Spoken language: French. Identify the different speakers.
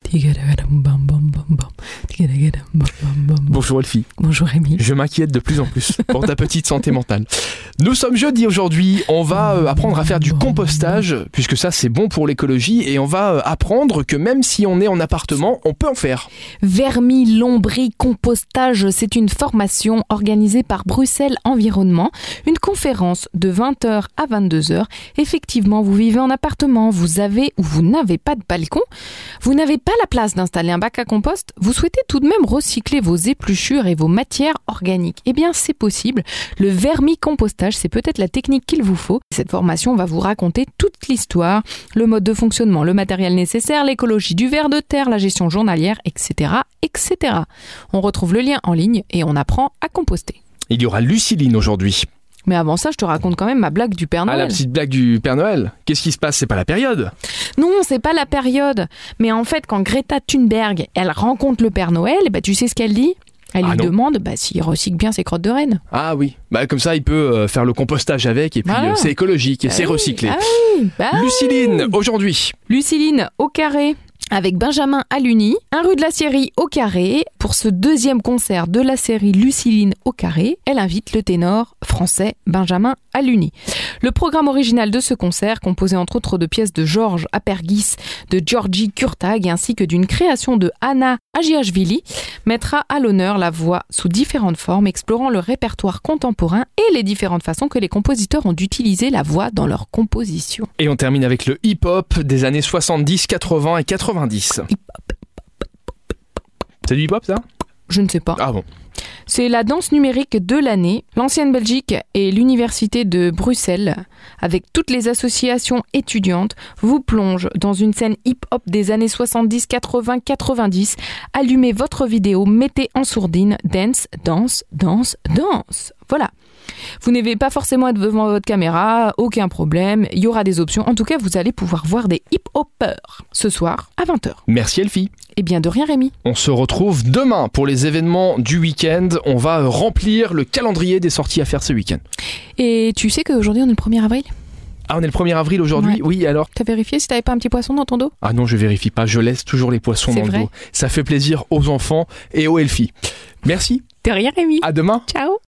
Speaker 1: Bonjour Elfie.
Speaker 2: Bonjour Rémi.
Speaker 1: Je m'inquiète de plus en plus pour ta petite santé mentale. Nous sommes jeudi aujourd'hui, on va apprendre à faire du compostage, puisque ça c'est bon pour l'écologie, et on va apprendre que même si on est en appartement, on peut en faire.
Speaker 2: Vermicompostage, c'est une formation organisée par Bruxelles Environnement, une conférence de 20h à 22h. Effectivement, vous vivez en appartement, vous avez ou vous n'avez pas de balcon, vous n'avez pas la place d'installer un bac à compost, vous souhaitez tout de même recycler vos épluchures et vos matières organiques. Eh bien, c'est possible. Le vermicompostage, c'est peut-être la technique qu'il vous faut. Cette formation va vous raconter toute l'histoire, le mode de fonctionnement, le matériel nécessaire, l'écologie du ver de terre, la gestion journalière, etc., etc. On retrouve le lien en ligne et on apprend à composter.
Speaker 1: Il y aura Luciline aujourd'hui.
Speaker 2: Mais avant ça, je te raconte quand même ma blague du Père Noël.
Speaker 1: Ah, la petite blague du Père Noël. Qu'est-ce qui se passe ? C'est pas la période.
Speaker 2: Non, c'est pas la période. Mais en fait, quand Greta Thunberg, elle rencontre le Père Noël, tu sais ce qu'elle dit ? Elle lui demande s'il recycle bien ses crottes de renne.
Speaker 1: Ah oui, comme ça il peut faire le compostage avec et puis c'est écologique et c'est recyclé. Luciline, aujourd'hui.
Speaker 2: Luciline au carré. Avec Benjamin Aluni, 1 rue de la Scierie au Carré. Pour ce deuxième concert de la série Luciline au Carré, elle invite le ténor français Benjamin Aluni. Le programme original de ce concert, composé entre autres de pièces de Georges Apergis, de Georgi Kurtag ainsi que d'une création de Anna Agiashvili, mettra à l'honneur la voix sous différentes formes, explorant le répertoire contemporain et les différentes façons que les compositeurs ont d'utiliser la voix dans leur composition.
Speaker 1: Et on termine avec le hip-hop des années 70, 80 et 90. C'est du hip-hop ça ?
Speaker 2: Je ne sais pas.
Speaker 1: Ah bon.
Speaker 2: C'est la danse numérique de l'année. L'Ancienne Belgique et l'Université de Bruxelles, avec toutes les associations étudiantes, vous plongent dans une scène hip-hop des années 70, 80, 90. Allumez votre vidéo, mettez en sourdine « Dance, danse, danse, danse ». Voilà. Vous n'avez pas forcément être devant votre caméra, aucun problème, il y aura des options. En tout cas, vous allez pouvoir voir des hip-hoppers ce soir à 20h.
Speaker 1: Merci Elfie.
Speaker 2: Eh bien, de rien Rémi.
Speaker 1: On se retrouve demain pour les événements du week-end. On va remplir le calendrier des sorties à faire ce week-end.
Speaker 2: Et tu sais qu'aujourd'hui on est le 1er avril ?
Speaker 1: Ah, on est le 1er avril aujourd'hui ? Ouais. Oui, alors ?
Speaker 2: T'as vérifié si t'avais pas un petit poisson dans ton dos ?
Speaker 1: Ah non, je vérifie pas, je laisse toujours les poissons dans le dos. Ça fait plaisir aux enfants et aux Elfie. Merci.
Speaker 2: De rien Rémi.
Speaker 1: À demain.
Speaker 2: Ciao.